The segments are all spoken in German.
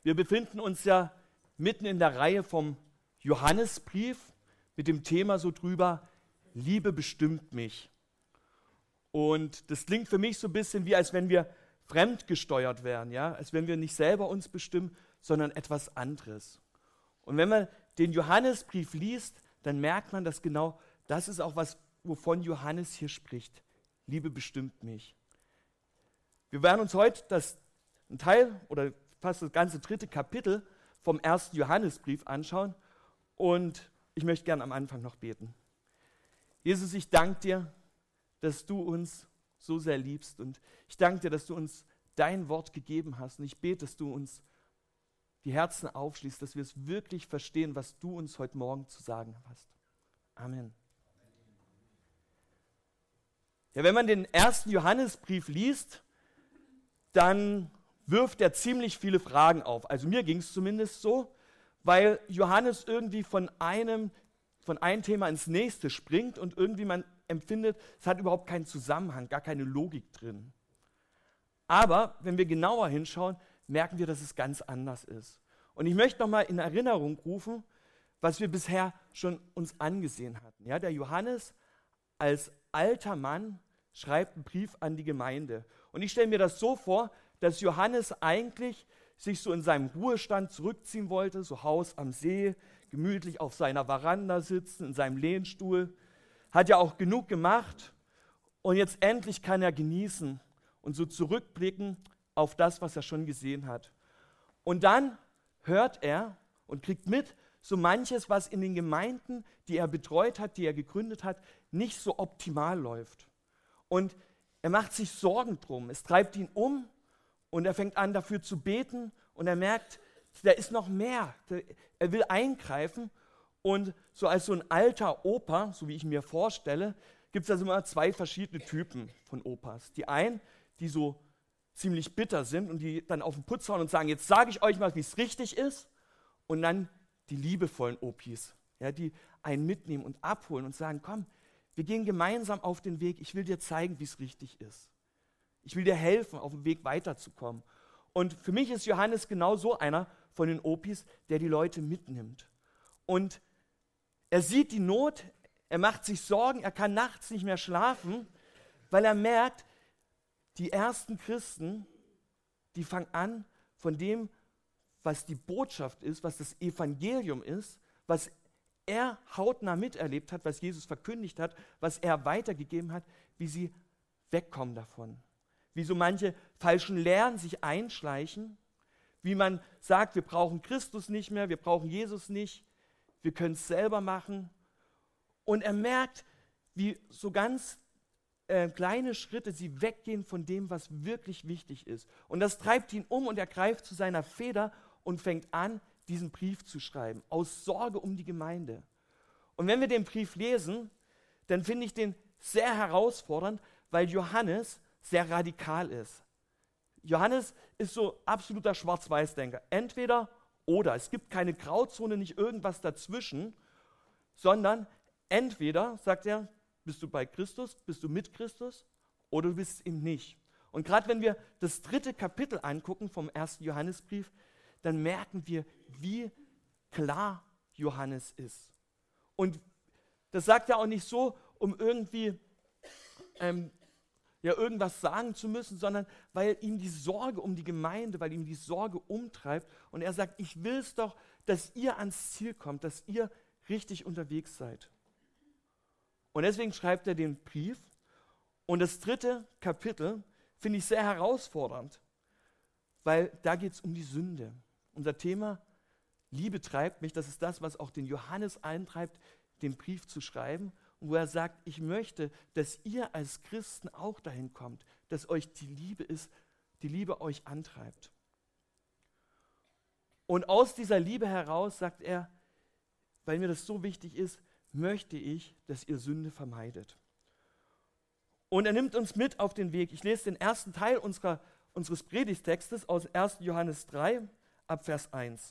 Wir befinden uns ja mitten in der Reihe vom Johannesbrief mit dem Thema so drüber, Liebe bestimmt mich. Und das klingt für mich so ein bisschen wie, als wenn wir fremdgesteuert wären, ja? Als wenn wir nicht selber uns bestimmen, sondern etwas anderes. Und wenn man den Johannesbrief liest, dann merkt man, dass genau das ist auch was, wovon Johannes hier spricht. Liebe bestimmt mich. Wir werden uns heute einen Teil oder fast das ganze 3. Kapitel vom 1. Johannesbrief anschauen und ich möchte gerne am Anfang noch beten. Jesus, ich danke dir, dass du uns so sehr liebst und ich danke dir, dass du uns dein Wort gegeben hast und ich bete, dass du uns die Herzen aufschließt, dass wir es wirklich verstehen, was du uns heute Morgen zu sagen hast. Amen. Ja, wenn man den 1. Johannesbrief liest, dann wirft er ziemlich viele Fragen auf. Also mir ging es zumindest so, weil Johannes irgendwie von einem Thema ins nächste springt und irgendwie man empfindet, es hat überhaupt keinen Zusammenhang, gar keine Logik drin. Aber wenn wir genauer hinschauen, merken wir, dass es ganz anders ist. Und ich möchte nochmal in Erinnerung rufen, was wir bisher schon uns angesehen hatten. Ja, der Johannes als alter Mann schreibt einen Brief an die Gemeinde. Und ich stelle mir das so vor, dass Johannes eigentlich sich so in seinem Ruhestand zurückziehen wollte, so Haus am See, gemütlich auf seiner Veranda sitzen, in seinem Lehnstuhl. Hat ja auch genug gemacht und jetzt endlich kann er genießen und so zurückblicken auf das, was er schon gesehen hat. Und dann hört er und kriegt mit, so manches, was in den Gemeinden, die er betreut hat, die er gegründet hat, nicht so optimal läuft. Und er macht sich Sorgen drum, es treibt ihn um und er fängt an, dafür zu beten und er merkt, da ist noch mehr. Er will eingreifen und so als so ein alter Opa, so wie ich mir vorstelle, gibt es also immer 2 verschiedene Typen von Opas. Die einen, die so ziemlich bitter sind und die dann auf den Putz hauen und sagen, jetzt sage ich euch mal, wie es richtig ist. Und dann die liebevollen Opis, ja, die einen mitnehmen und abholen und sagen, komm, wir gehen gemeinsam auf den Weg, ich will dir zeigen, wie es richtig ist. Ich will dir helfen, auf dem Weg weiterzukommen. Und für mich ist Johannes genau so einer von den Opis, der die Leute mitnimmt. Und er sieht die Not, er macht sich Sorgen, er kann nachts nicht mehr schlafen, weil er merkt, die ersten Christen, die fangen an von dem, was die Botschaft ist, was das Evangelium ist, was er hautnah miterlebt hat, was Jesus verkündigt hat, was er weitergegeben hat, wie sie wegkommen davon. Wie so manche falschen Lehren sich einschleichen, wie man sagt, wir brauchen Christus nicht mehr, wir brauchen Jesus nicht, wir können es selber machen. Und er merkt, wie so ganz kleine Schritte sie weggehen von dem, was wirklich wichtig ist. Und das treibt ihn um und er greift zu seiner Feder und fängt an, diesen Brief zu schreiben, aus Sorge um die Gemeinde. Und wenn wir den Brief lesen, dann finde ich den sehr herausfordernd, weil Johannes sehr radikal ist. Johannes ist so absoluter Schwarz-Weiß-Denker. Entweder oder. Es gibt keine Grauzone, nicht irgendwas dazwischen, sondern entweder, sagt er, bist du bei Christus, bist du mit Christus oder du bist ihm nicht. Und gerade wenn wir das 3. Kapitel angucken vom 1. Johannesbrief, dann merken wir, wie klar Johannes ist. Und das sagt er auch nicht so, um irgendwie irgendwas sagen zu müssen, sondern weil ihm die Sorge um die Gemeinde, weil ihm die Sorge umtreibt. Und er sagt, ich will es doch, dass ihr ans Ziel kommt, dass ihr richtig unterwegs seid. Und deswegen schreibt er den Brief. Und das 3. Kapitel finde ich sehr herausfordernd, weil da geht es um die Sünde. Unser Thema, Liebe treibt mich, das ist das, was auch den Johannes eintreibt, den Brief zu schreiben. Und wo er sagt, ich möchte, dass ihr als Christen auch dahin kommt, dass euch die Liebe euch antreibt. Und aus dieser Liebe heraus, sagt er, weil mir das so wichtig ist, möchte ich, dass ihr Sünde vermeidet. Und er nimmt uns mit auf den Weg. Ich lese den ersten Teil unseres Predigtextes aus 1. Johannes 3, ab Vers 1.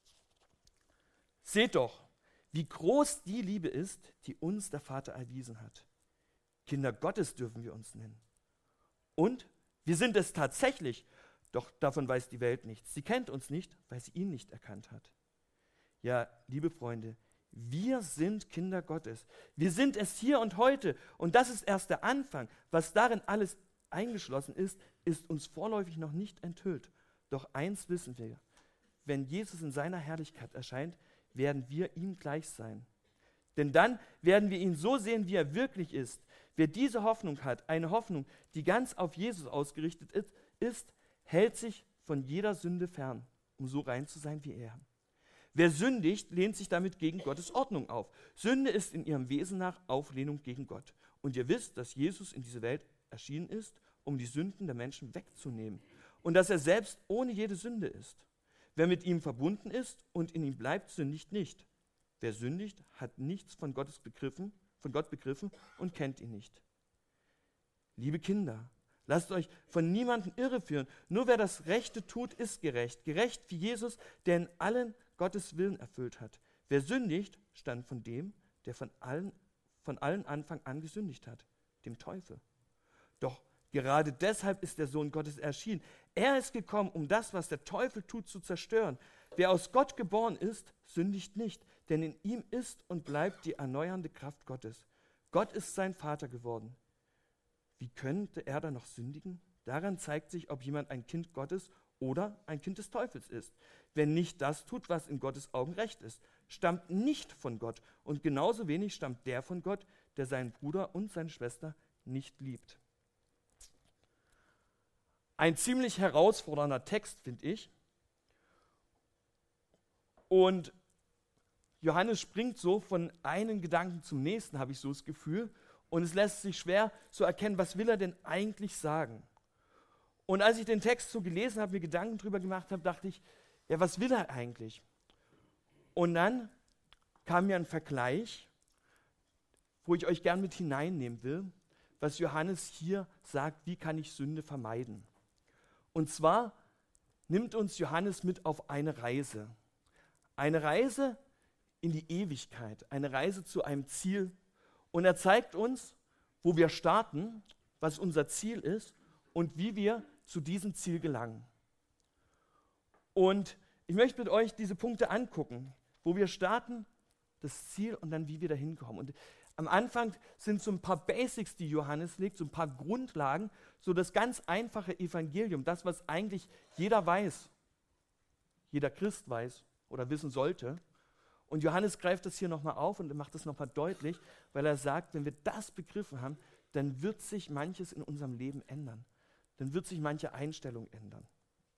Seht doch, wie groß die Liebe ist, die uns der Vater erwiesen hat. Kinder Gottes dürfen wir uns nennen. Und wir sind es tatsächlich. Doch davon weiß die Welt nichts. Sie kennt uns nicht, weil sie ihn nicht erkannt hat. Ja, liebe Freunde, wir sind Kinder Gottes. Wir sind es hier und heute. Und das ist erst der Anfang. Was darin alles eingeschlossen ist, ist uns vorläufig noch nicht enthüllt. Doch eins wissen wir: Wenn Jesus in seiner Herrlichkeit erscheint, werden wir ihm gleich sein. Denn dann werden wir ihn so sehen, wie er wirklich ist. Wer diese Hoffnung hat, eine Hoffnung, die ganz auf Jesus ausgerichtet ist, hält sich von jeder Sünde fern, um so rein zu sein wie er. Wer sündigt, lehnt sich damit gegen Gottes Ordnung auf. Sünde ist in ihrem Wesen nach Auflehnung gegen Gott. Und ihr wisst, dass Jesus in diese Welt erschienen ist, um die Sünden der Menschen wegzunehmen. Und dass er selbst ohne jede Sünde ist. Wer mit ihm verbunden ist und in ihm bleibt, sündigt nicht. Wer sündigt, hat nichts von Gott begriffen und kennt ihn nicht. Liebe Kinder, lasst euch von niemandem irreführen. Nur wer das Rechte tut, ist gerecht. Gerecht wie Jesus, der in allen Gottes Willen erfüllt hat. Wer sündigt, stammt von dem, der von allen Anfang an gesündigt hat, dem Teufel. Doch gerade deshalb ist der Sohn Gottes erschienen. Er ist gekommen, um das, was der Teufel tut, zu zerstören. Wer aus Gott geboren ist, sündigt nicht, denn in ihm ist und bleibt die erneuernde Kraft Gottes. Gott ist sein Vater geworden. Wie könnte er dann noch sündigen? Daran zeigt sich, ob jemand ein Kind Gottes oder ein Kind des Teufels ist. Wer nicht das tut, was in Gottes Augen recht ist, stammt nicht von Gott. Und genauso wenig stammt der von Gott, der seinen Bruder und seine Schwester nicht liebt. Ein ziemlich herausfordernder Text, finde ich. Und Johannes springt so von einem Gedanken zum nächsten, habe ich so das Gefühl. Und es lässt sich schwer zu erkennen, was will er denn eigentlich sagen. Und als ich den Text so gelesen habe, mir Gedanken drüber gemacht habe, dachte ich, ja, was will er eigentlich? Und dann kam mir ein Vergleich, wo ich euch gern mit hineinnehmen will, was Johannes hier sagt, wie kann ich Sünde vermeiden. Und zwar nimmt uns Johannes mit auf eine Reise. Eine Reise in die Ewigkeit, eine Reise zu einem Ziel. Und er zeigt uns, wo wir starten, was unser Ziel ist und wie wir zu diesem Ziel gelangen. Und ich möchte mit euch diese Punkte angucken, wo wir starten, das Ziel und dann wie wir da hinkommen. Und am Anfang sind so ein paar Basics, die Johannes legt, so ein paar Grundlagen, so das ganz einfache Evangelium, das, was eigentlich jeder weiß, jeder Christ weiß oder wissen sollte. Und Johannes greift das hier nochmal auf und macht das nochmal deutlich, weil er sagt, wenn wir das begriffen haben, dann wird sich manches in unserem Leben ändern. Dann wird sich manche Einstellung ändern.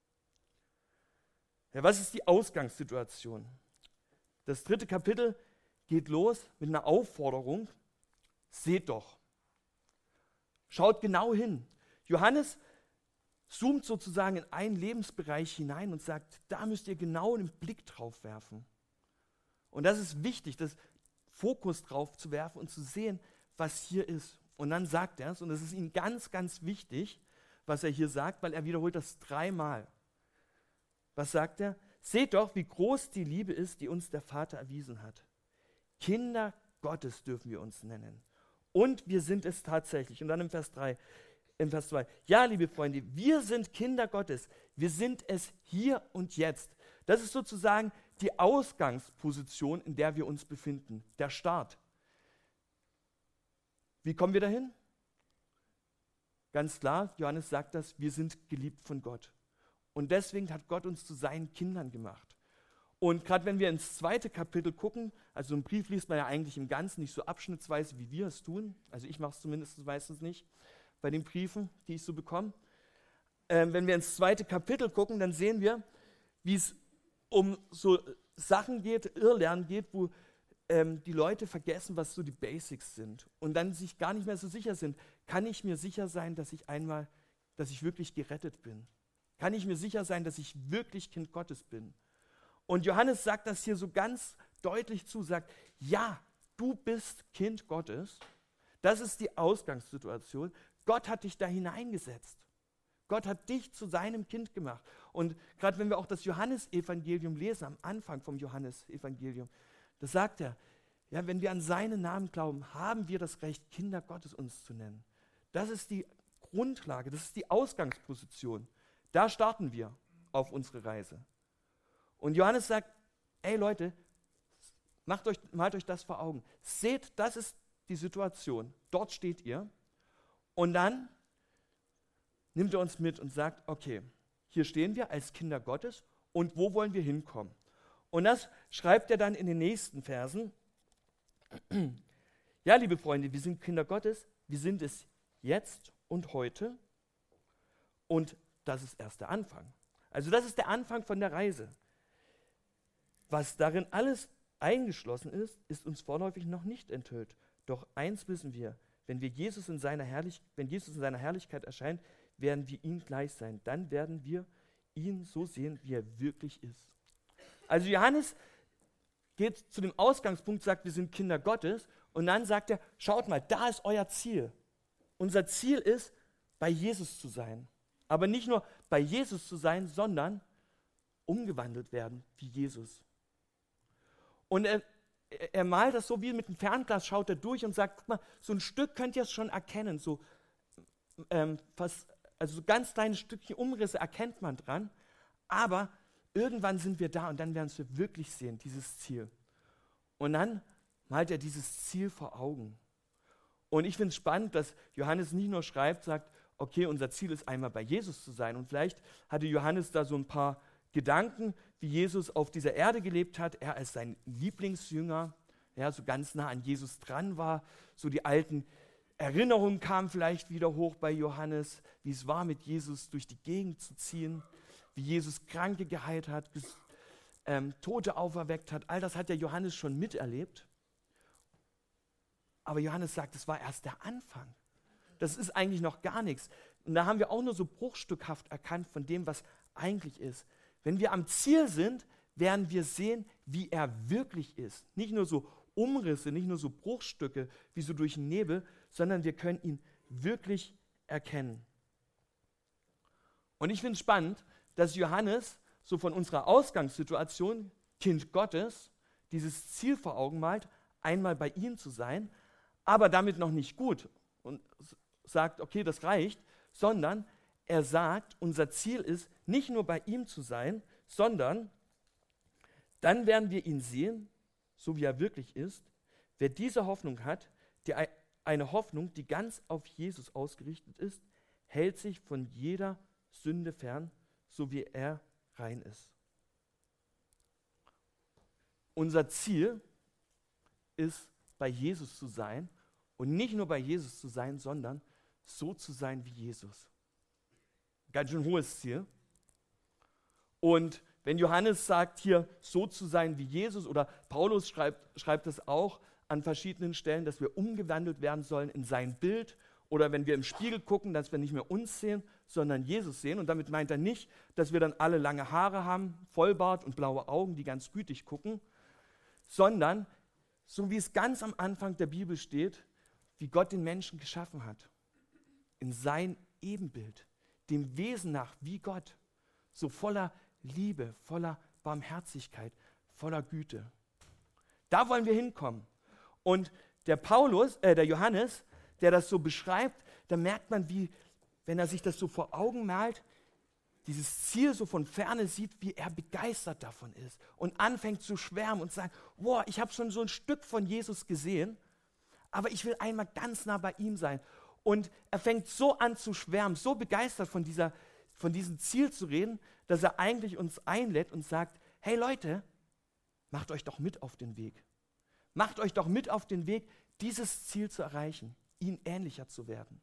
Ja, was ist die Ausgangssituation? Das 3. Kapitel geht los mit einer Aufforderung. Seht doch. Schaut genau hin. Johannes zoomt sozusagen in einen Lebensbereich hinein und sagt, da müsst ihr genau einen Blick drauf werfen. Und das ist wichtig, das Fokus drauf zu werfen und zu sehen, was hier ist. Und dann sagt er es, und es ist ihm ganz, ganz wichtig, was er hier sagt, weil er wiederholt das 3-mal. Was sagt er? Seht doch, wie groß die Liebe ist, die uns der Vater erwiesen hat. Kinder Gottes dürfen wir uns nennen. Und wir sind es tatsächlich. Und dann im Vers 2. Ja, liebe Freunde, wir sind Kinder Gottes. Wir sind es hier und jetzt. Das ist sozusagen die Ausgangsposition, in der wir uns befinden. Der Start. Wie kommen wir dahin? Ganz klar, Johannes sagt das, wir sind geliebt von Gott. Und deswegen hat Gott uns zu seinen Kindern gemacht. Und gerade wenn wir ins 2. Kapitel gucken, also einen Brief liest man ja eigentlich im Ganzen, nicht so abschnittsweise, wie wir es tun. Also ich mache es zumindest meistens nicht bei den Briefen, die ich so bekomme. Wenn wir ins 2. Kapitel gucken, dann sehen wir, wie es um so Sachen geht, Irrlernen geht, wo die Leute vergessen, was so die Basics sind und dann sich gar nicht mehr so sicher sind. Kann ich mir sicher sein, dass ich wirklich gerettet bin? Kann ich mir sicher sein, dass ich wirklich Kind Gottes bin? Und Johannes sagt das hier so ganz deutlich zu, sagt, ja, du bist Kind Gottes. Das ist die Ausgangssituation. Gott hat dich da hineingesetzt. Gott hat dich zu seinem Kind gemacht. Und gerade wenn wir auch das Johannesevangelium lesen, am Anfang vom Johannesevangelium, da sagt er, ja, wenn wir an seinen Namen glauben, haben wir das Recht, Kinder Gottes uns zu nennen. Das ist die Grundlage, das ist die Ausgangsposition. Da starten wir auf unsere Reise. Und Johannes sagt, ey Leute, malt euch das vor Augen. Seht, das ist die Situation. Dort steht ihr. Und dann nimmt er uns mit und sagt, okay, hier stehen wir als Kinder Gottes und wo wollen wir hinkommen? Und das schreibt er dann in den nächsten Versen. Ja, liebe Freunde, wir sind Kinder Gottes, wir sind es jetzt und heute und das ist erst der Anfang. Also das ist der Anfang von der Reise. Was darin alles eingeschlossen ist, ist uns vorläufig noch nicht enthüllt. Doch eins wissen wir, wenn Jesus in seiner Herrlichkeit erscheint, werden wir ihm gleich sein. Dann werden wir ihn so sehen, wie er wirklich ist. Also Johannes geht zu dem Ausgangspunkt, sagt, wir sind Kinder Gottes und dann sagt er, schaut mal, da ist euer Ziel. Unser Ziel ist, bei Jesus zu sein. Aber nicht nur bei Jesus zu sein, sondern umgewandelt werden wie Jesus. Und er malt das so wie mit dem Fernglas, schaut er durch und sagt, guck mal, so ein Stück könnt ihr es schon erkennen, so ganz kleine Stückchen Umrisse erkennt man dran, aber irgendwann sind wir da und dann werden wir wirklich sehen, dieses Ziel. Und dann malt er dieses Ziel vor Augen. Und ich finde es spannend, dass Johannes nicht nur schreibt, sagt, okay, unser Ziel ist einmal bei Jesus zu sein. Und vielleicht hatte Johannes da so ein paar Gedanken, wie Jesus auf dieser Erde gelebt hat, er als sein Lieblingsjünger, ja, so ganz nah an Jesus dran war, so die alten Erinnerungen kamen vielleicht wieder hoch bei Johannes, wie es war, mit Jesus durch die Gegend zu ziehen, wie Jesus Kranke geheilt hat, Tote auferweckt hat. All das hat ja Johannes schon miterlebt. Aber Johannes sagt, es war erst der Anfang. Das ist eigentlich noch gar nichts. Und da haben wir auch nur so bruchstückhaft erkannt von dem, was eigentlich ist. Wenn wir am Ziel sind, werden wir sehen, wie er wirklich ist. Nicht nur so Umrisse, nicht nur so Bruchstücke, wie so durch den Nebel, sondern wir können ihn wirklich erkennen. Und ich finde es spannend, dass Johannes so von unserer Ausgangssituation, Kind Gottes, dieses Ziel vor Augen malt, einmal bei ihm zu sein, aber damit noch nicht gut und sagt, okay, das reicht, sondern er sagt, unser Ziel ist, nicht nur bei ihm zu sein, sondern dann werden wir ihn sehen, so wie er wirklich ist. Wer diese Hoffnung hat, eine Hoffnung, die ganz auf Jesus ausgerichtet ist, hält sich von jeder Sünde fern, so wie er rein ist. Unser Ziel ist, bei Jesus zu sein und nicht nur bei Jesus zu sein, sondern so zu sein wie Jesus. Ganz schön hohes Ziel. Und wenn Johannes sagt hier, so zu sein wie Jesus, oder Paulus schreibt es auch an verschiedenen Stellen, dass wir umgewandelt werden sollen in sein Bild, oder wenn wir im Spiegel gucken, dass wir nicht mehr uns sehen, sondern Jesus sehen. Und damit meint er nicht, dass wir dann alle lange Haare haben, Vollbart und blaue Augen, die ganz gütig gucken, sondern so wie es ganz am Anfang der Bibel steht, wie Gott den Menschen geschaffen hat. In sein Ebenbild, dem Wesen nach wie Gott, so voller Liebe, voller Barmherzigkeit, voller Güte. Da wollen wir hinkommen. Und der Johannes, der das so beschreibt, da merkt man, wie, wenn er sich das so vor Augen malt, dieses Ziel so von Ferne sieht, wie er begeistert davon ist und anfängt zu schwärmen und sagt, wow, ich habe schon so ein Stück von Jesus gesehen, aber ich will einmal ganz nah bei ihm sein. Und er fängt so an zu schwärmen, so begeistert von diesem Ziel zu reden, dass er eigentlich uns einlädt und sagt, hey Leute, macht euch doch mit auf den Weg. Macht euch doch mit auf den Weg, dieses Ziel zu erreichen, ihm ähnlicher zu werden.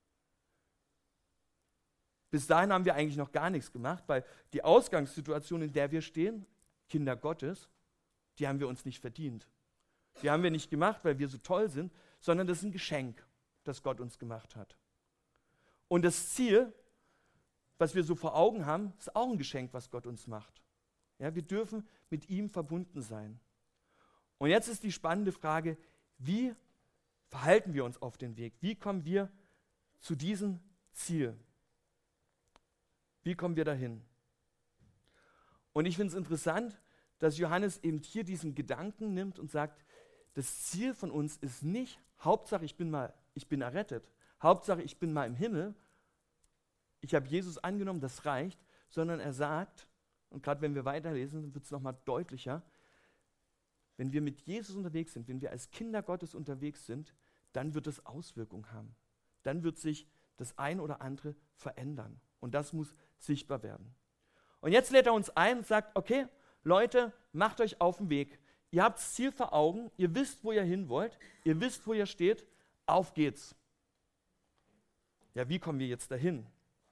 Bis dahin haben wir eigentlich noch gar nichts gemacht, weil die Ausgangssituation, in der wir stehen, Kinder Gottes, die haben wir uns nicht verdient. Die haben wir nicht gemacht, weil wir so toll sind, sondern das ist ein Geschenk, das Gott uns gemacht hat. Und das Ziel, was wir so vor Augen haben, ist auch ein Geschenk, was Gott uns macht. Ja, wir dürfen mit ihm verbunden sein. Und jetzt ist die spannende Frage, wie verhalten wir uns auf den Weg? Wie kommen wir zu diesem Ziel? Wie kommen wir dahin? Und ich finde es interessant, dass Johannes eben hier diesen Gedanken nimmt und sagt, das Ziel von uns ist nicht, Hauptsache ich bin errettet, Hauptsache ich bin mal im Himmel, ich habe Jesus angenommen, das reicht, sondern er sagt, und gerade wenn wir weiterlesen, wird es nochmal deutlicher, wenn wir mit Jesus unterwegs sind, wenn wir als Kinder Gottes unterwegs sind, dann wird es Auswirkungen haben. Dann wird sich das ein oder andere verändern. Und das muss sichtbar werden. Und jetzt lädt er uns ein und sagt, okay, Leute, macht euch auf den Weg. Ihr habt das Ziel vor Augen, ihr wisst, wo ihr hin wollt, ihr wisst, wo ihr steht, auf geht's. Ja, wie kommen wir jetzt dahin?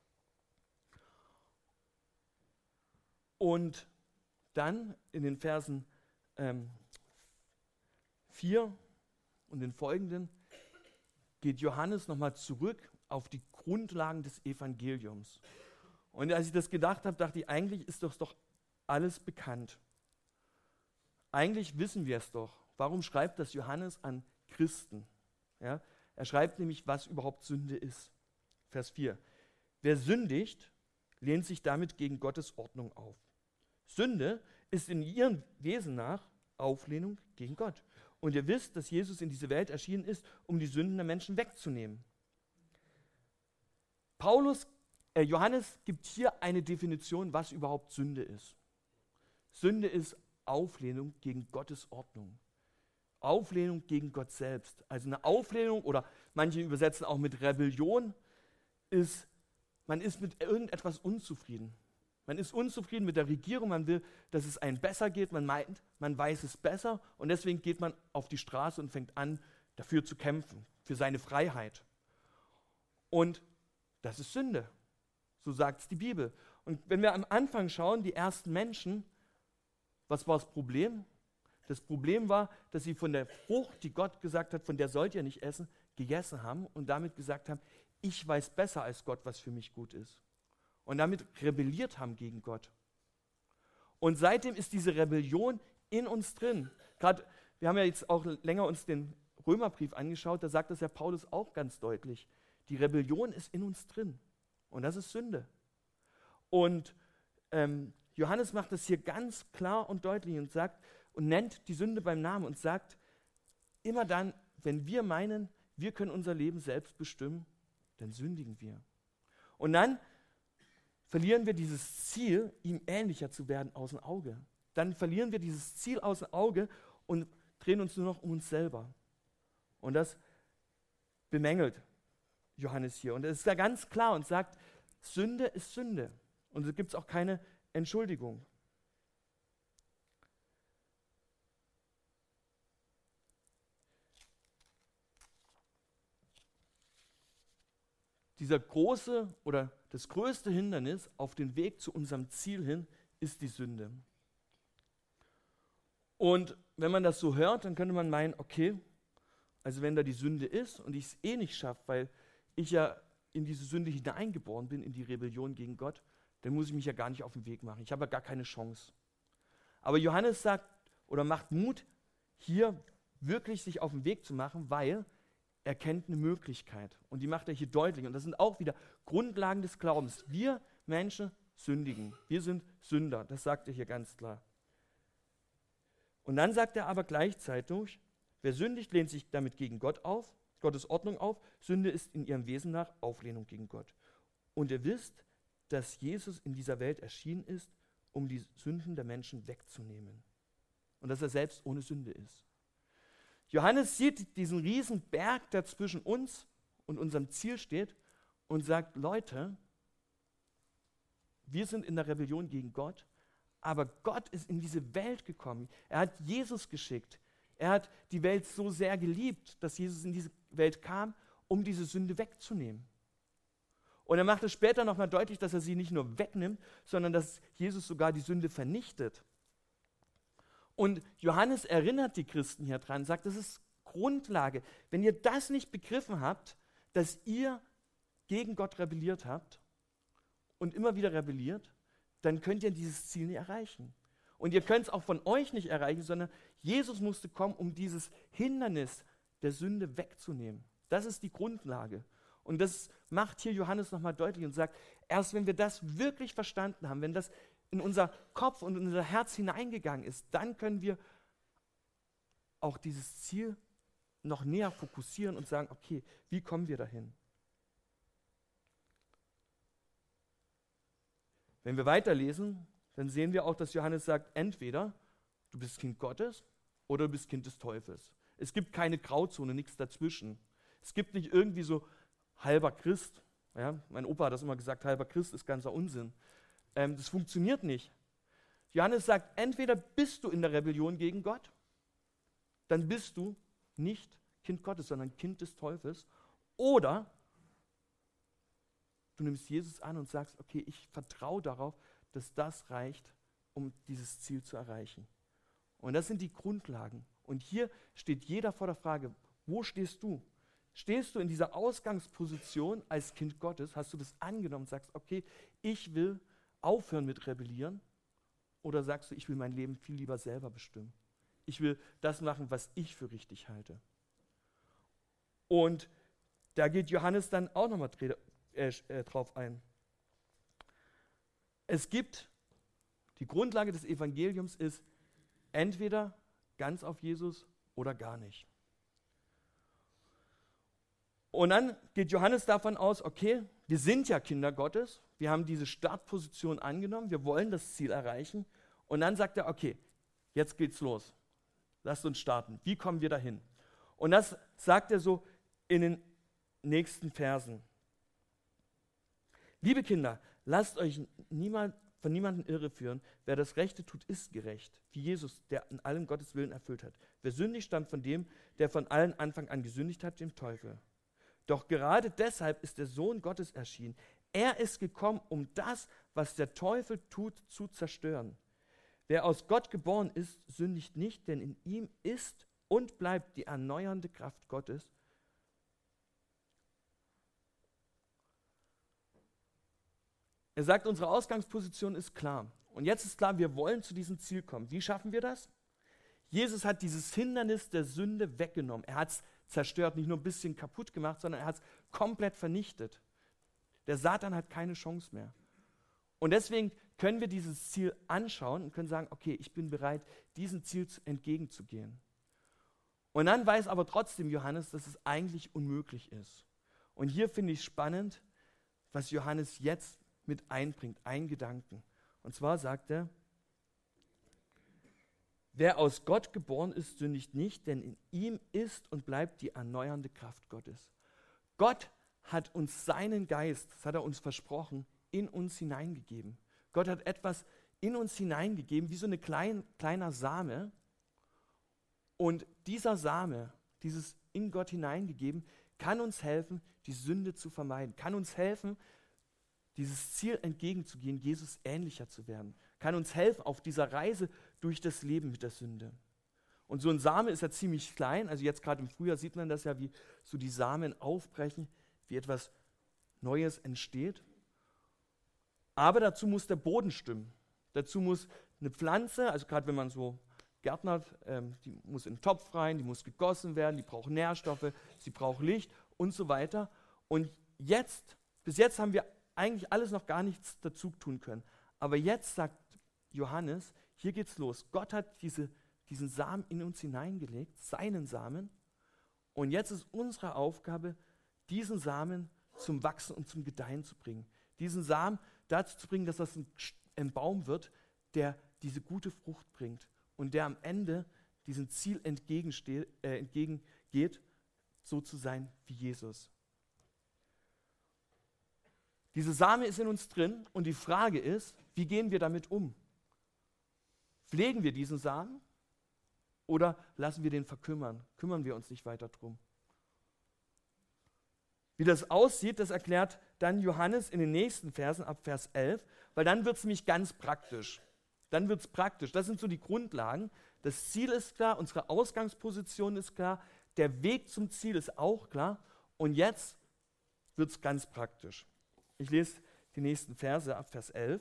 Und dann in den Versen 4 und den folgenden geht Johannes nochmal zurück auf die Grundlagen des Evangeliums. Und als ich das gedacht habe, dachte ich, eigentlich ist das doch alles bekannt. Eigentlich wissen wir es doch. Warum schreibt das Johannes an Christen? Ja, er schreibt nämlich, was überhaupt Sünde ist. Vers 4. Wer sündigt, lehnt sich damit gegen Gottes Ordnung auf. Sünde ist in ihrem Wesen nach Auflehnung gegen Gott. Und ihr wisst, dass Jesus in diese Welt erschienen ist, um die Sünden der Menschen wegzunehmen. Johannes gibt hier eine Definition, was überhaupt Sünde ist. Sünde ist Auflehnung gegen Gottes Ordnung. Auflehnung gegen Gott selbst. Also eine Auflehnung, oder manche übersetzen auch mit Rebellion, ist, man ist mit irgendetwas unzufrieden. Man ist unzufrieden mit der Regierung, man will, dass es einem besser geht, man meint, man weiß es besser und deswegen geht man auf die Straße und fängt an, dafür zu kämpfen, für seine Freiheit. Und das ist Sünde, so sagt es die Bibel. Und wenn wir am Anfang schauen, die ersten Menschen, was war das Problem? Das Problem war, dass sie von der Frucht, die Gott gesagt hat, von der sollt ihr nicht essen, gegessen haben und damit gesagt haben, ich weiß besser als Gott, was für mich gut ist. Und damit rebelliert haben gegen Gott. Und seitdem ist diese Rebellion in uns drin. Gerade, wir haben ja jetzt auch länger uns den Römerbrief angeschaut, da sagt das ja Paulus auch ganz deutlich. Die Rebellion ist in uns drin. Und das ist Sünde. Und Johannes macht das hier ganz klar und deutlich und sagt und nennt die Sünde beim Namen und sagt, immer dann, wenn wir meinen, wir können unser Leben selbst bestimmen, dann sündigen wir. Und dann verlieren wir dieses Ziel, ihm ähnlicher zu werden, aus dem Auge. Dann verlieren wir dieses Ziel aus dem Auge und drehen uns nur noch um uns selber. Und das bemängelt Johannes hier. Und es ist ja ganz klar und sagt, Sünde ist Sünde. Und da gibt es auch keine Entschuldigung. Dieser große oder das größte Hindernis auf dem Weg zu unserem Ziel hin ist die Sünde. Und wenn man das so hört, dann könnte man meinen, okay, also wenn da die Sünde ist und ich es eh nicht schaffe, weil ich ja in diese Sünde hineingeboren bin, in die Rebellion gegen Gott, dann muss ich mich ja gar nicht auf den Weg machen. Ich habe ja gar keine Chance. Aber Johannes sagt oder macht Mut, hier wirklich sich auf den Weg zu machen, weil er kennt eine Möglichkeit. Und die macht er hier deutlich. Und das sind auch wieder Grundlagen des Glaubens. Wir Menschen sündigen. Wir sind Sünder. Das sagt er hier ganz klar. Und dann sagt er aber gleichzeitig, wer sündigt, lehnt sich damit gegen Gott auf, Gottes Ordnung auf. Sünde ist in ihrem Wesen nach Auflehnung gegen Gott. Und ihr wisst, dass Jesus in dieser Welt erschienen ist, um die Sünden der Menschen wegzunehmen. Und dass er selbst ohne Sünde ist. Johannes sieht diesen riesen Berg, der zwischen uns und unserem Ziel steht und sagt, Leute, wir sind in der Rebellion gegen Gott, aber Gott ist in diese Welt gekommen. Er hat Jesus geschickt. Er hat die Welt so sehr geliebt, dass Jesus in diese Welt kam, um diese Sünde wegzunehmen. Und er macht es später nochmal deutlich, dass er sie nicht nur wegnimmt, sondern dass Jesus sogar die Sünde vernichtet. Und Johannes erinnert die Christen hier dran, sagt, das ist Grundlage. Wenn ihr das nicht begriffen habt, dass ihr gegen Gott rebelliert habt und immer wieder rebelliert, dann könnt ihr dieses Ziel nicht erreichen. Und ihr könnt es auch von euch nicht erreichen, sondern Jesus musste kommen, um dieses Hindernis der Sünde wegzunehmen. Das ist die Grundlage. Und das macht hier Johannes nochmal deutlich und sagt, erst wenn wir das wirklich verstanden haben, wenn das in unser Kopf und in unser Herz hineingegangen ist, dann können wir auch dieses Ziel noch näher fokussieren und sagen, okay, wie kommen wir dahin? Wenn wir weiterlesen, dann sehen wir auch, dass Johannes sagt, entweder du bist Kind Gottes oder du bist Kind des Teufels. Es gibt keine Grauzone, nichts dazwischen. Es gibt nicht irgendwie so halber Christ. Ja? Mein Opa hat das immer gesagt, halber Christ ist ganzer Unsinn. Das funktioniert nicht. Johannes sagt, entweder bist du in der Rebellion gegen Gott, dann bist du nicht Kind Gottes, sondern Kind des Teufels. Oder du nimmst Jesus an und sagst, okay, ich vertraue darauf, dass das reicht, um dieses Ziel zu erreichen. Und das sind die Grundlagen. Und hier steht jeder vor der Frage, wo stehst du? Stehst du in dieser Ausgangsposition als Kind Gottes? Hast du das angenommen und sagst, okay, ich will aufhören mit Rebellieren? Oder sagst du, ich will mein Leben viel lieber selber bestimmen? Ich will das machen, was ich für richtig halte. Und da geht Johannes dann auch nochmal drauf ein. Es gibt, die Grundlage des Evangeliums ist, entweder ganz auf Jesus oder gar nicht. Und dann geht Johannes davon aus, okay, wir sind ja Kinder Gottes, wir haben diese Startposition angenommen, wir wollen das Ziel erreichen. Und dann sagt er, okay, jetzt geht's los. Lasst uns starten. Wie kommen wir dahin? Und das sagt er so in den nächsten Versen. Liebe Kinder, lasst euch von niemandem irreführen. Wer das Rechte tut, ist gerecht, wie Jesus, der in allem Gottes Willen erfüllt hat. Wer sündigt, stammt von dem, der von allen Anfang an gesündigt hat, dem Teufel. Doch gerade deshalb ist der Sohn Gottes erschienen. Er ist gekommen, um das, was der Teufel tut, zu zerstören. Wer aus Gott geboren ist, sündigt nicht, denn in ihm ist und bleibt die erneuernde Kraft Gottes. Er sagt, unsere Ausgangsposition ist klar. Und jetzt ist klar, wir wollen zu diesem Ziel kommen. Wie schaffen wir das? Jesus hat dieses Hindernis der Sünde weggenommen. Er hat es zerstört, nicht nur ein bisschen kaputt gemacht, sondern er hat es komplett vernichtet. Der Satan hat keine Chance mehr. Und deswegen können wir dieses Ziel anschauen und können sagen, okay, ich bin bereit, diesem Ziel entgegenzugehen. Und dann weiß aber trotzdem Johannes, dass es eigentlich unmöglich ist. Und hier finde ich spannend, was Johannes jetzt mit einbringt, einen Gedanken. Und zwar sagt er, wer aus Gott geboren ist, sündigt nicht, denn in ihm ist und bleibt die erneuernde Kraft Gottes. Gott hat uns seinen Geist, das hat er uns versprochen, in uns hineingegeben. Gott hat etwas in uns hineingegeben, wie so ein kleiner Same. Und dieser Same, dieses in Gott hineingegeben, kann uns helfen, die Sünde zu vermeiden, kann uns helfen, dieses Ziel entgegenzugehen, Jesus ähnlicher zu werden, kann uns helfen auf dieser Reise durch das Leben mit der Sünde. Und so ein Same ist ja ziemlich klein, also jetzt gerade im Frühjahr sieht man das ja, wie so die Samen aufbrechen, wie etwas Neues entsteht. Aber dazu muss der Boden stimmen. Dazu muss eine Pflanze, also gerade wenn man so gärtnert, die muss in den Topf rein, die muss gegossen werden, die braucht Nährstoffe, sie braucht Licht und so weiter. Und bis jetzt haben wir eigentlich alles noch gar nichts dazu tun können. Aber jetzt sagt Johannes, hier geht's los. Gott hat diesen Samen in uns hineingelegt, seinen Samen. Und jetzt ist unsere Aufgabe, diesen Samen zum Wachsen und zum Gedeihen zu bringen. Diesen Samen dazu zu bringen, dass das ein Baum wird, der diese gute Frucht bringt und der am Ende diesem Ziel entgegengeht, so zu sein wie Jesus. Diese Same ist in uns drin und die Frage ist, wie gehen wir damit um? Pflegen wir diesen Samen oder lassen wir den verkümmern? Kümmern wir uns nicht weiter drum? Wie das aussieht, das erklärt dann Johannes in den nächsten Versen ab Vers 11, weil dann wird es nämlich ganz praktisch. Dann wird es praktisch. Das sind so die Grundlagen. Das Ziel ist klar, unsere Ausgangsposition ist klar, der Weg zum Ziel ist auch klar und jetzt wird es ganz praktisch. Ich lese die nächsten Verse ab Vers 11.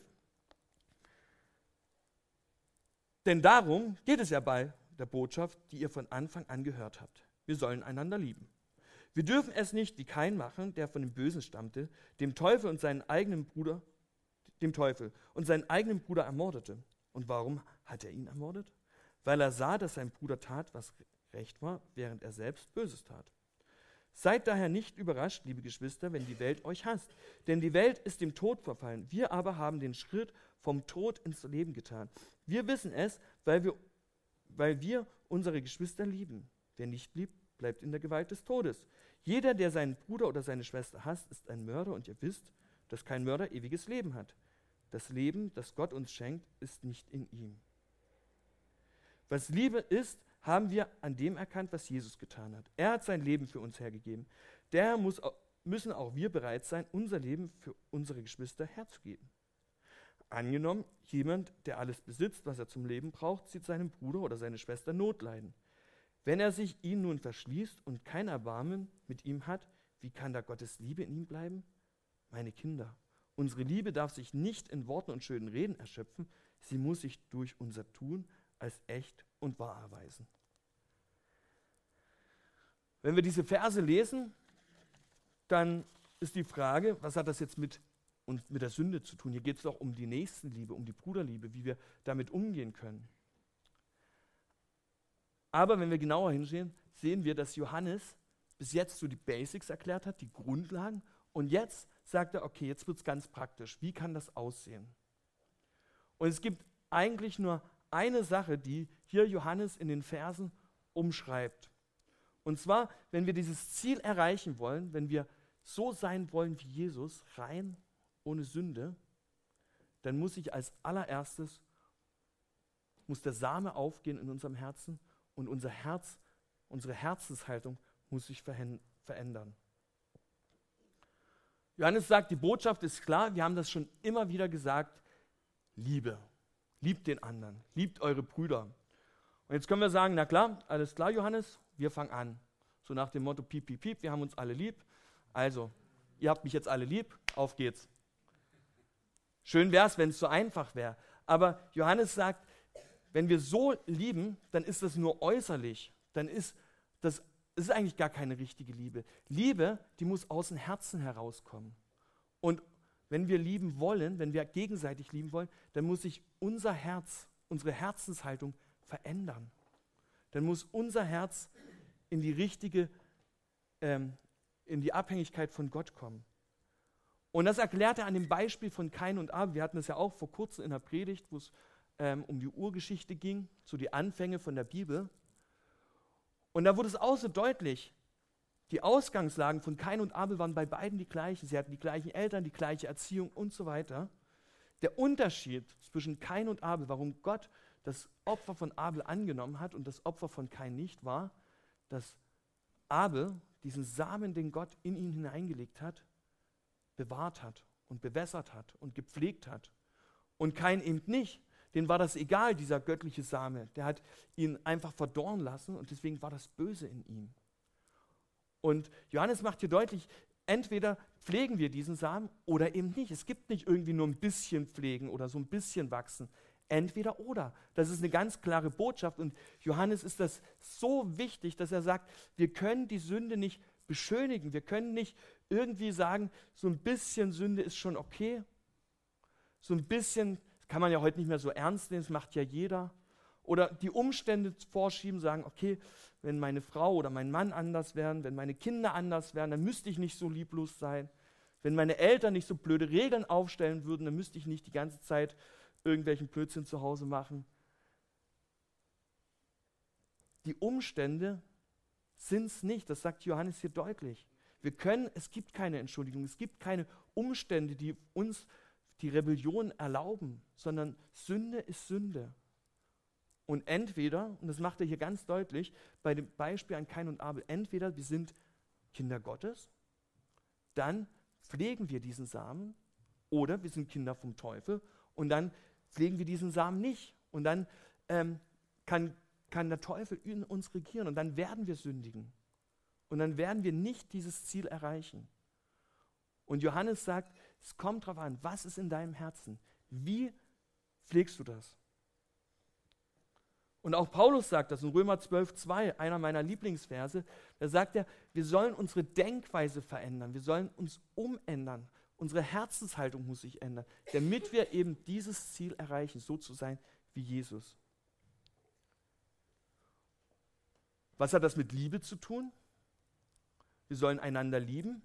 Denn darum geht es ja bei der Botschaft, die ihr von Anfang an gehört habt. Wir sollen einander lieben. Wir dürfen es nicht wie Kain machen, der von dem Bösen stammte, dem Teufel und seinen eigenen Bruder ermordete. Und warum hat er ihn ermordet? Weil er sah, dass sein Bruder tat, was recht war, während er selbst Böses tat. Seid daher nicht überrascht, liebe Geschwister, wenn die Welt euch hasst. Denn die Welt ist dem Tod verfallen. Wir aber haben den Schritt vom Tod ins Leben getan. Wir wissen es, weil wir unsere Geschwister lieben. Wer nicht liebt, bleibt in der Gewalt des Todes. Jeder, der seinen Bruder oder seine Schwester hasst, ist ein Mörder, und ihr wisst, dass kein Mörder ewiges Leben hat. Das Leben, das Gott uns schenkt, ist nicht in ihm. Was Liebe ist, haben wir an dem erkannt, was Jesus getan hat. Er hat sein Leben für uns hergegeben. Daher müssen auch wir bereit sein, unser Leben für unsere Geschwister herzugeben. Angenommen, jemand, der alles besitzt, was er zum Leben braucht, sieht seinen Bruder oder seine Schwester Not leiden. Wenn er sich ihnen nun verschließt und kein Erbarmen mit ihm hat, wie kann da Gottes Liebe in ihm bleiben? Meine Kinder, unsere Liebe darf sich nicht in Worten und schönen Reden erschöpfen, sie muss sich durch unser Tun als echt und wahr erweisen. Wenn wir diese Verse lesen, dann ist die Frage, was hat das jetzt mit der Sünde zu tun? Hier geht es doch um die Nächstenliebe, um die Bruderliebe, wie wir damit umgehen können. Aber wenn wir genauer hinsehen, sehen wir, dass Johannes bis jetzt so die Basics erklärt hat, die Grundlagen. Und jetzt sagt er, okay, jetzt wird es ganz praktisch. Wie kann das aussehen? Und es gibt eigentlich nur eine Sache, die hier Johannes in den Versen umschreibt. Und zwar, wenn wir dieses Ziel erreichen wollen, wenn wir so sein wollen wie Jesus, rein, ohne Sünde, dann muss sich als allererstes, muss der Same aufgehen in unserem Herzen und unser Herz, unsere Herzenshaltung muss sich verändern. Johannes sagt, die Botschaft ist klar, wir haben das schon immer wieder gesagt, Liebe. Liebt den anderen, liebt eure Brüder. Und jetzt können wir sagen, na klar, alles klar, Johannes, wir fangen an. So nach dem Motto, piep, piep, piep, wir haben uns alle lieb. Also, ihr habt mich jetzt alle lieb, auf geht's. Schön wäre es, wenn es so einfach wäre. Aber Johannes sagt, wenn wir so lieben, dann ist das nur äußerlich. Dann ist das ist eigentlich gar keine richtige Liebe. Liebe, die muss aus dem Herzen herauskommen. Und wenn wir lieben wollen, wenn wir gegenseitig lieben wollen, dann muss sich unser Herz, unsere Herzenshaltung verändern. Dann muss unser Herz in die richtige, in die Abhängigkeit von Gott kommen. Und das erklärt er an dem Beispiel von Kain und Abel. Wir hatten das ja auch vor kurzem in der Predigt, wo es um die Urgeschichte ging, so die Anfänge von der Bibel. Und da wurde es auch so deutlich, die Ausgangslagen von Kain und Abel waren bei beiden die gleichen. Sie hatten die gleichen Eltern, die gleiche Erziehung und so weiter. Der Unterschied zwischen Kain und Abel, warum Gott das Opfer von Abel angenommen hat und das Opfer von Kain nicht, war, dass Abel diesen Samen, den Gott in ihn hineingelegt hat, bewahrt hat und bewässert hat und gepflegt hat. Und Kain eben nicht. Denen war das egal, dieser göttliche Same. Der hat ihn einfach verdorren lassen und deswegen war das Böse in ihm. Und Johannes macht hier deutlich, entweder pflegen wir diesen Samen oder eben nicht. Es gibt nicht irgendwie nur ein bisschen pflegen oder so ein bisschen wachsen. Entweder oder. Das ist eine ganz klare Botschaft und Johannes ist das so wichtig, dass er sagt, wir können die Sünde nicht beschönigen. Wir können nicht irgendwie sagen, so ein bisschen Sünde ist schon okay. So ein bisschen, das kann man ja heute nicht mehr so ernst nehmen, das macht ja jeder. Oder die Umstände vorschieben, sagen, okay, wenn meine Frau oder mein Mann anders wären, wenn meine Kinder anders wären, dann müsste ich nicht so lieblos sein. Wenn meine Eltern nicht so blöde Regeln aufstellen würden, dann müsste ich nicht die ganze Zeit irgendwelchen Blödsinn zu Hause machen. Die Umstände sind es nicht, das sagt Johannes hier deutlich. Es gibt keine Entschuldigung, es gibt keine Umstände, die uns die Rebellion erlauben, sondern Sünde ist Sünde. Und entweder, und das macht er hier ganz deutlich, bei dem Beispiel an Kain und Abel, entweder wir sind Kinder Gottes, dann pflegen wir diesen Samen, oder wir sind Kinder vom Teufel und dann pflegen wir diesen Samen nicht. Und dann kann der Teufel in uns regieren und dann werden wir sündigen. Und dann werden wir nicht dieses Ziel erreichen. Und Johannes sagt, es kommt darauf an, was ist in deinem Herzen? Wie pflegst du das? Und auch Paulus sagt das in Römer 12,2, einer meiner Lieblingsverse, da sagt er, wir sollen unsere Denkweise verändern, wir sollen uns umändern, unsere Herzenshaltung muss sich ändern, damit wir eben dieses Ziel erreichen, so zu sein wie Jesus. Was hat das mit Liebe zu tun? wir sollen einander lieben.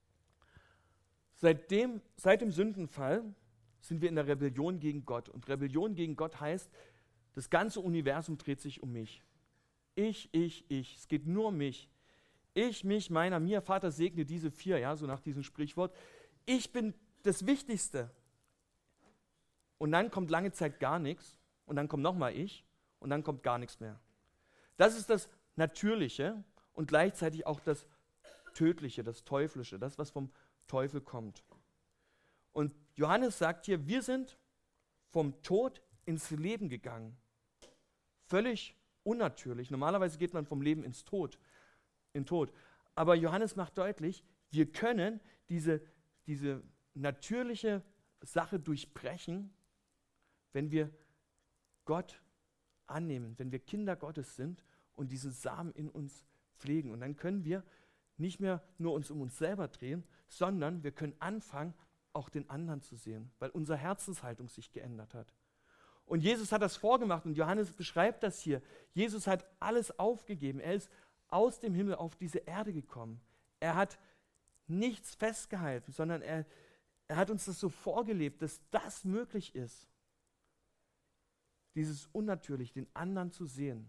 Seit dem Sündenfall sind wir in der Rebellion gegen Gott. Und Rebellion gegen Gott heißt, das ganze Universum dreht sich um mich. Ich. Es geht nur um mich. Ich, mich, meiner, mir. Vater segne diese 4, ja, so nach diesem Sprichwort. Ich bin das Wichtigste. Und dann kommt lange Zeit gar nichts. Und dann kommt nochmal ich. Und dann kommt gar nichts mehr. Das ist das Natürliche und gleichzeitig auch das Tödliche, das Teuflische, das, was vom Teufel kommt. Und Johannes sagt hier, wir sind vom Tod ins Leben gegangen. Völlig unnatürlich. Normalerweise geht man vom Leben in Tod. Aber Johannes macht deutlich, wir können diese natürliche Sache durchbrechen, wenn wir Gott annehmen, wenn wir Kinder Gottes sind und diesen Samen in uns pflegen. Und dann können wir nicht mehr nur uns um uns selber drehen, sondern wir können anfangen, auch den anderen zu sehen, weil unsere Herzenshaltung sich geändert hat. Und Jesus hat das vorgemacht und Johannes beschreibt das hier. Jesus hat alles aufgegeben. Er ist aus dem Himmel auf diese Erde gekommen. Er hat nichts festgehalten, sondern er hat uns das so vorgelebt, dass das möglich ist. Dieses Unnatürlich, den anderen zu sehen.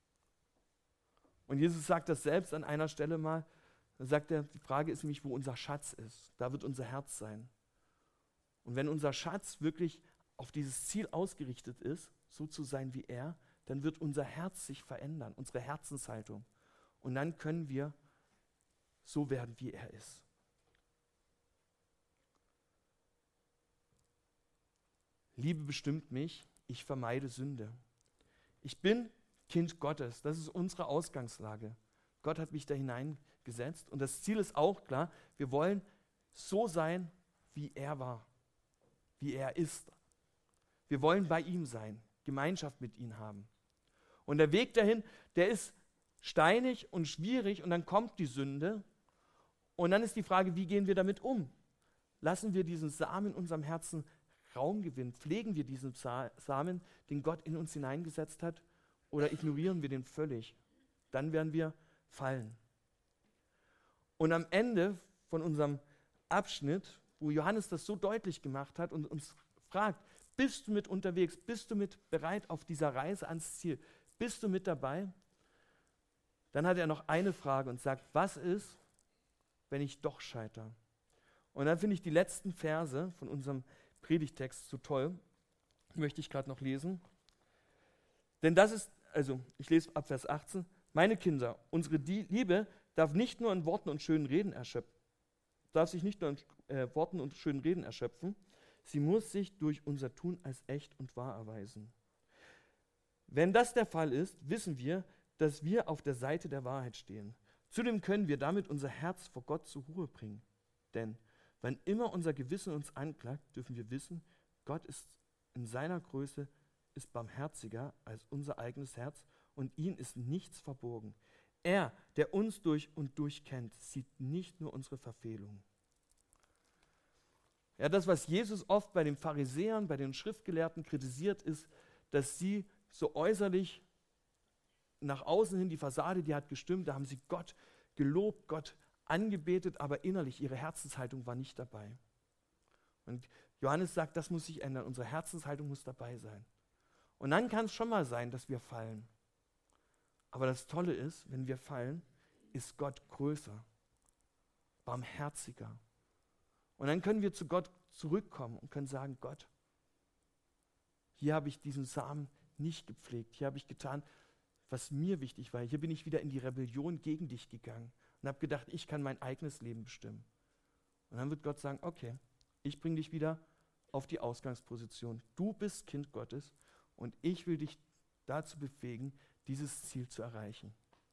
Und Jesus sagt das selbst an einer Stelle mal. Da sagt er, die Frage ist nämlich, wo unser Schatz ist. Da wird unser Herz sein. Und wenn unser Schatz wirklich auf dieses Ziel ausgerichtet ist, so zu sein wie er, dann wird unser Herz sich verändern, unsere Herzenshaltung. Und dann können wir so werden, wie er ist. Liebe bestimmt mich, ich vermeide Sünde. Ich bin Kind Gottes, das ist unsere Ausgangslage. Gott hat mich da hineingesetzt und das Ziel ist auch klar, wir wollen so sein, wie er war, wie er ist. Wir wollen bei ihm sein, Gemeinschaft mit ihm haben. Und der Weg dahin, der ist steinig und schwierig und dann kommt die Sünde und dann ist die Frage, wie gehen wir damit um? Lassen wir diesen Samen in unserem Herzen Raum gewinnen? Pflegen wir diesen Samen, den Gott in uns hineingesetzt hat, oder ignorieren wir den völlig? Dann werden wir fallen. Und am Ende von unserem Abschnitt, wo Johannes das so deutlich gemacht hat und uns fragt, bist du mit unterwegs? Bist du mit bereit auf dieser Reise ans Ziel? Bist du mit dabei? Dann hat er noch eine Frage und sagt, was ist, wenn ich doch scheitere? Und dann finde ich die letzten Verse von unserem Predigtext so toll. Die möchte ich gerade noch lesen. Denn das ist, also ich lese ab Vers 18, meine Kinder, unsere Liebe darf sich nicht nur in Worten und schönen Reden erschöpfen, sie muss sich durch unser Tun als echt und wahr erweisen. Wenn das der Fall ist, wissen wir, dass wir auf der Seite der Wahrheit stehen. Zudem können wir damit unser Herz vor Gott zur Ruhe bringen. Denn wann immer unser Gewissen uns anklagt, dürfen wir wissen, Gott ist in seiner Größe ist barmherziger als unser eigenes Herz und ihm ist nichts verborgen. Er, der uns durch und durch kennt, sieht nicht nur unsere Verfehlungen. Ja, das, was Jesus oft bei den Pharisäern, bei den Schriftgelehrten kritisiert, ist, dass sie so äußerlich nach außen hin, die Fassade, die hat gestimmt, da haben sie Gott gelobt, Gott angebetet, aber innerlich, ihre Herzenshaltung war nicht dabei. Und Johannes sagt, das muss sich ändern, unsere Herzenshaltung muss dabei sein. Und dann kann es schon mal sein, dass wir fallen. Aber das Tolle ist, wenn wir fallen, ist Gott größer, barmherziger. Und dann können wir zu Gott zurückkommen und können sagen, Gott, hier habe ich diesen Samen nicht gepflegt, hier habe ich getan, was mir wichtig war. Hier bin ich wieder in die Rebellion gegen dich gegangen und habe gedacht, ich kann mein eigenes Leben bestimmen. Und dann wird Gott sagen, okay, ich bringe dich wieder auf die Ausgangsposition. Du bist Kind Gottes und ich will dich dazu befähigen, dieses Ziel zu erreichen.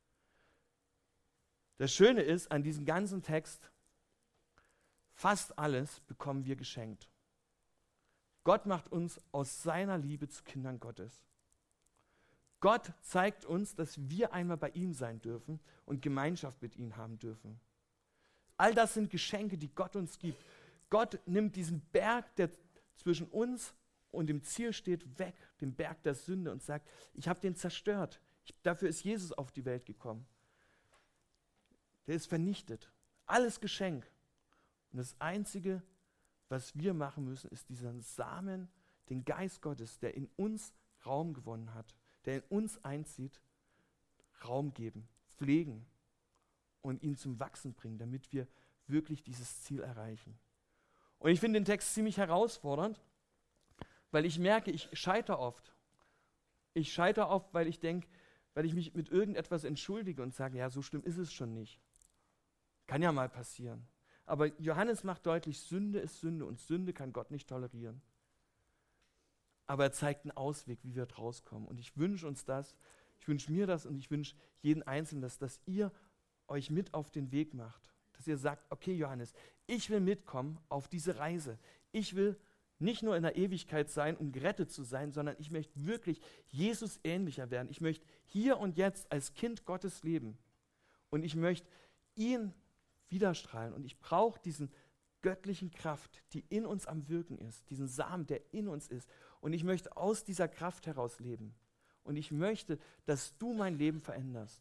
Das Schöne ist an diesem ganzen Text, fast alles bekommen wir geschenkt. Gott macht uns aus seiner Liebe zu Kindern Gottes. Gott zeigt uns, dass wir einmal bei ihm sein dürfen und Gemeinschaft mit ihm haben dürfen. All das sind Geschenke, die Gott uns gibt. Gott nimmt diesen Berg, der zwischen uns und dem Ziel steht, weg, den Berg der Sünde, und sagt, ich habe den zerstört. Dafür ist Jesus auf die Welt gekommen. der ist vernichtet. Alles Geschenk. Und das Einzige, was wir machen müssen, ist diesen Samen, den Geist Gottes, der in uns Raum gewonnen hat, der in uns einzieht, Raum geben, pflegen und ihn zum Wachsen bringen, damit wir wirklich dieses Ziel erreichen. Und ich finde den Text ziemlich herausfordernd, weil ich merke, ich scheitere oft. Ich scheitere oft, weil ich denke, weil ich mich mit irgendetwas entschuldige und sage, ja, so schlimm ist es schon nicht. Kann ja mal passieren. Aber Johannes macht deutlich, Sünde ist Sünde und Sünde kann Gott nicht tolerieren. Aber er zeigt einen Ausweg, wie wir draus kommen. Und ich wünsche uns das, ich wünsche mir das und ich wünsche jeden Einzelnen das, dass ihr euch mit auf den Weg macht. Dass ihr sagt, okay Johannes, ich will mitkommen auf diese Reise. Ich will nicht nur in der Ewigkeit sein, um gerettet zu sein, sondern ich möchte wirklich Jesus ähnlicher werden. Ich möchte hier und jetzt als Kind Gottes leben. Und ich möchte ihn widerstrahlen. Und ich brauche diesen göttlichen Kraft, die in uns am Wirken ist, diesen Samen, der in uns ist. Und ich möchte aus dieser Kraft heraus leben. Und ich möchte, dass du mein Leben veränderst.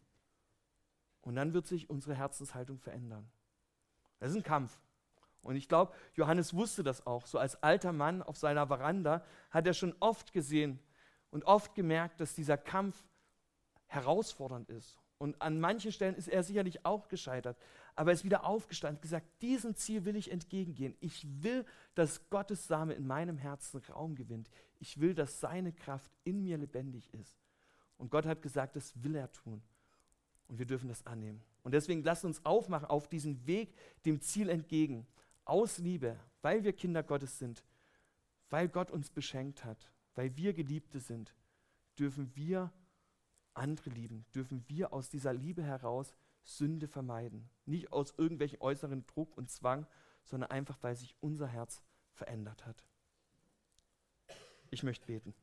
Und dann wird sich unsere Herzenshaltung verändern. Das ist ein Kampf. Und ich glaube, Johannes wusste das auch. So als alter Mann auf seiner Veranda hat er schon oft gesehen und oft gemerkt, dass dieser Kampf herausfordernd ist. Und an manchen Stellen ist er sicherlich auch gescheitert. Aber er ist wieder aufgestanden und gesagt, diesem Ziel will ich entgegengehen. Ich will, dass Gottes Same in meinem Herzen Raum gewinnt. Ich will, dass seine Kraft in mir lebendig ist. Und Gott hat gesagt, das will er tun. Und wir dürfen das annehmen. Und deswegen lasst uns aufmachen auf diesen Weg dem Ziel entgegen. Aus Liebe, weil wir Kinder Gottes sind, weil Gott uns beschenkt hat, weil wir Geliebte sind, dürfen wir andere lieben, dürfen wir aus dieser Liebe heraus Sünde vermeiden. Nicht aus irgendwelchen äußeren Druck und Zwang, sondern einfach, weil sich unser Herz verändert hat. Ich möchte beten.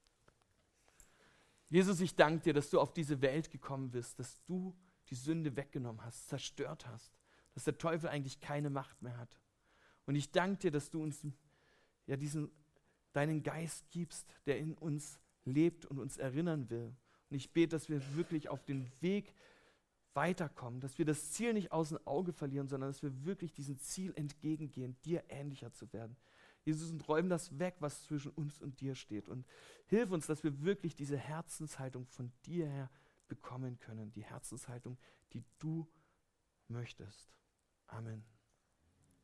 Jesus, ich danke dir, dass du auf diese Welt gekommen bist, dass du die Sünde weggenommen hast, zerstört hast, dass der Teufel eigentlich keine Macht mehr hat. Und ich danke dir, dass du uns ja deinen Geist gibst, der in uns lebt und uns erinnern will. Und ich bete, dass wir wirklich auf den Weg weiterkommen, dass wir das Ziel nicht aus dem Auge verlieren, sondern dass wir wirklich diesem Ziel entgegengehen, dir ähnlicher zu werden. Jesus, und räum das weg, was zwischen uns und dir steht. Und hilf uns, dass wir wirklich diese Herzenshaltung von dir her bekommen können. Die Herzenshaltung, die du möchtest. Amen.